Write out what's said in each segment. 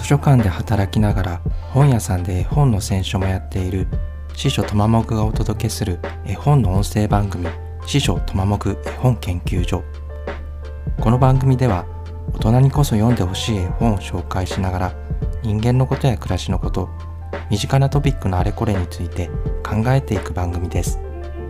図書館で働きながら本屋さんで絵本の選書もやっている司書とまもぐがお届けする絵本の音声番組、司書とまもぐ絵本研究所。この番組では大人にこそ読んでほしい絵本を紹介しながら、人間のことや暮らしのこと、身近なトピックのあれこれについて考えていく番組です。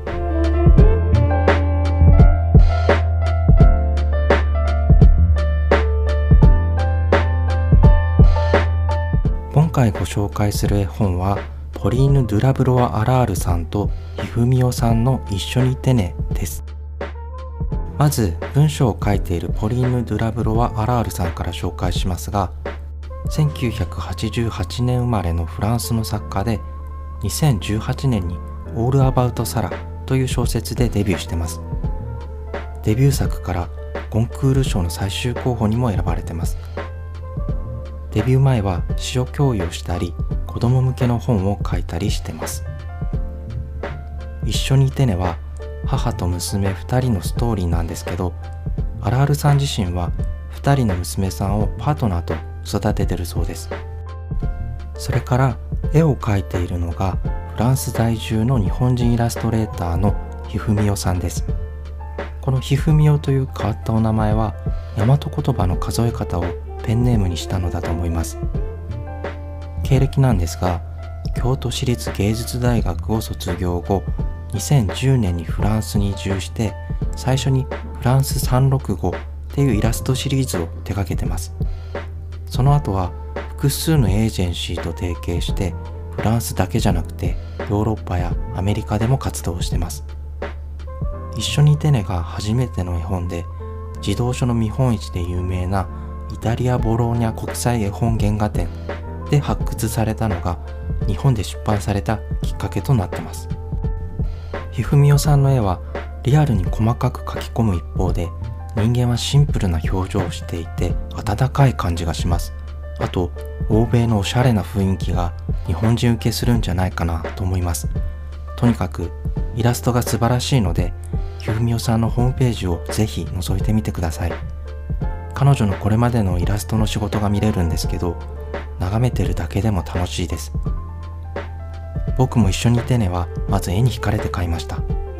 今回ご紹介する絵本はポリーヌ・ドゥラブロワ・アラールさんとひふみおさんの一緒にいてねです。まず文章を書いているポリーヌ・ドゥラブロワ・アラールさんから紹介しますが、1988年生まれのフランスの作家で、2018年にオールアバウト・サラという小説でデビューしてます。デビュー作からゴンクール賞の最終候補にも選ばれてます。デビュー前は詩を教諭をしたり、子供向けの本を書いたりしてます。一緒にいてねは母と娘2人のストーリーなんですけど、アラールさん自身は2人の娘さんをパートナーと育ててるそうです。それから絵を描いているのがフランス在住の日本人イラストレーターのひふみおさんです。このひふみおという変わったお名前は大和言葉の数え方をペンネームにしたのだと思います。経歴なんですが、京都市立芸術大学を卒業後、2010年にフランスに移住して、最初にフランス365っていうイラストシリーズを手掛けてます。その後は複数のエージェンシーと提携して、フランスだけじゃなくてヨーロッパやアメリカでも活動してます。一緒にいてねが初めての絵本で、児童書の見本市で有名なイタリア・ボローニャ国際絵本原画展で発掘されたのが日本で出版されたきっかけとなってます。ひふみおさんの絵はリアルに細かく描き込む一方で、人間はシンプルな表情をしていて温かい感じがします。あと欧米のおしゃれな雰囲気が日本人受けするんじゃないかなと思います。とにかくイラストが素晴らしいので、ひふみおさんのホームページをぜひ覗いてみてください。彼女のこれまでのイラストの仕事が見れるんですけど、眺めてるだけでも楽しいです。僕も一緒にいてねはまず絵に惹かれて買いました。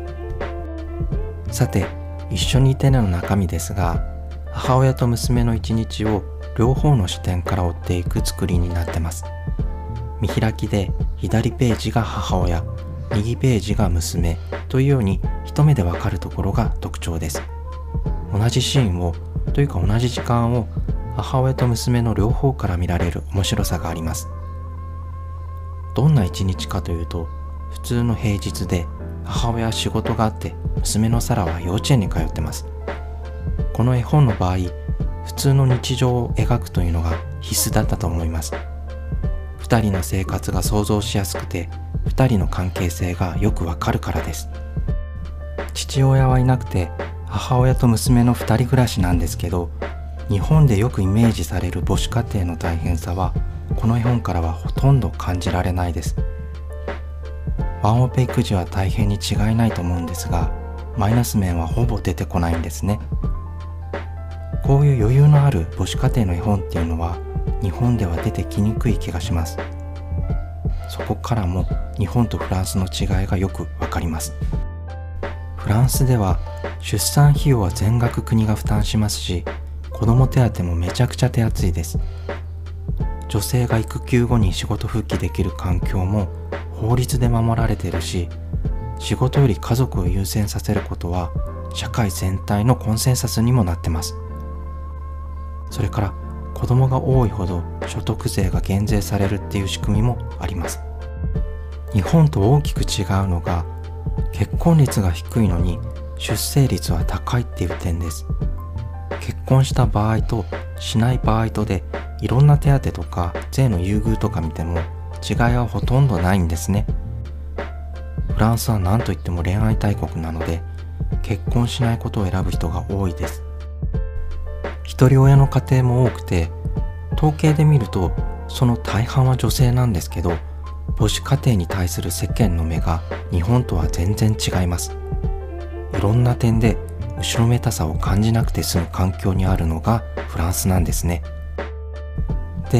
さて、一緒にいてねの中身ですが、母親と娘の一日を両方の視点から追っていく作りになってます。見開きで左ページが母親、右ページが娘というように一目でわかるところが特徴です。同じシーンをというか同じ時間を母親と娘の両方から見られる面白さがあります。どんな一日かというと、普通の平日で母親は仕事があって、娘のサラは幼稚園に通ってます。この絵本の場合、普通の日常を描くというのが必須だったと思います。2人の生活が想像しやすくて、2人の関係性がよくわかるからです。父親はいなくて、母親と娘の2人暮らしなんですけど、日本でよくイメージされる母子家庭の大変さはこの絵本からはほとんど感じられないです。ワンオペ育児は大変に違いないと思うんですが、マイナス面はほぼ出てこないんですね。こういう余裕のある母子家庭の絵本っていうのは日本では出てきにくい気がします。そこからも日本とフランスの違いがよくわかります。フランスでは出産費用は全額国が負担しますし、子ども手当もめちゃくちゃ手厚いです。女性が育休後に仕事復帰できる環境も法律で守られているし、仕事より家族を優先させることは社会全体のコンセンサスにもなってます。それから子供が多いほど所得税が減税されるっていう仕組みもあります。日本と大きく違うのが、結婚率が低いのに出生率は高いっていう点です。結婚した場合としない場合とで、いろんな手当とか税の優遇とか見ても違いはほとんどないんですね。フランスは何といっても恋愛大国なので、結婚しないことを選ぶ人が多いです。一人親の家庭も多くて、統計で見るとその大半は女性なんですけど、母子家庭に対する世間の目が日本とは全然違います。いろんな点で後ろめたさを感じなくて済む環境にあるのがフランスなんですね。で、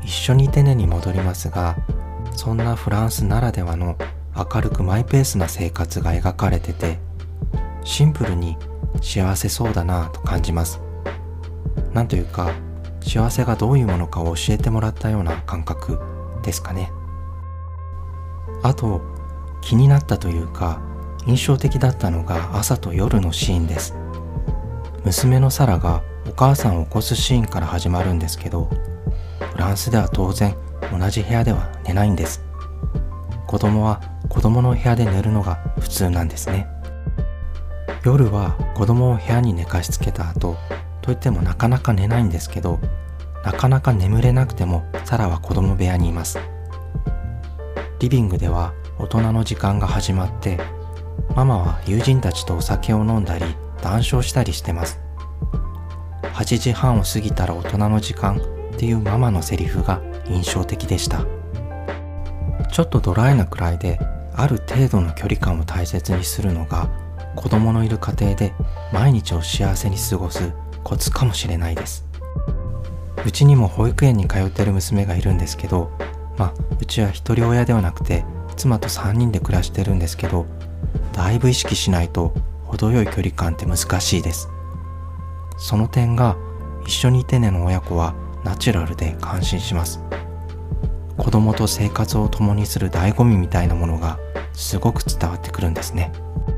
一緒にいてねに戻りますが、そんなフランスならではの明るくマイペースな生活が描かれてて、シンプルに幸せそうだなぁと感じます。なんというか、幸せがどういうものかを教えてもらったような感覚ですかね。あと、気になったというか印象的だったのが朝と夜のシーンです。娘のサラがお母さんを起こすシーンから始まるんですけど、フランスでは当然同じ部屋では寝ないんです。子供は子供の部屋で寝るのが普通なんですね。夜は子供を部屋に寝かしつけた後といってもなかなか寝ないんですけど、なかなか眠れなくてもサラは子供部屋にいます。リビングでは大人の時間が始まって、ママは友人たちとお酒を飲んだり談笑したりしてます。8時半を過ぎたら大人の時間っていうママのセリフが印象的でした。ちょっとドライなくらいで、ある程度の距離感を大切にするのが子供のいる家庭で毎日を幸せに過ごすコツかもしれないです。うちにも保育園に通ってる娘がいるんですけど、うちは一人親ではなくて妻と3人で暮らしてるんですけど、だいぶ意識しないと程よい距離感って難しいです。その点が一緒にいてねの親子はナチュラルで感心します。子供と生活を共にする醍醐味みたいなものがすごく伝わってくるんですね。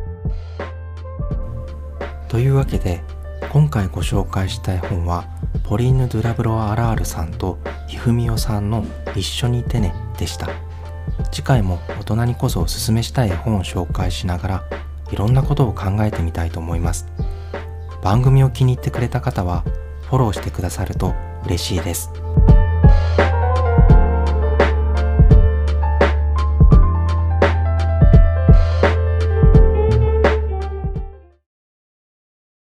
というわけで、今回ご紹介した絵本はポリーヌ・ドゥラブロワ・アラールさんとひふみおさんの一緒にいてねでした。次回も大人にこそおすすめしたい絵本を紹介しながら、いろんなことを考えてみたいと思います。番組を気に入ってくれた方はフォローしてくださると嬉しいです。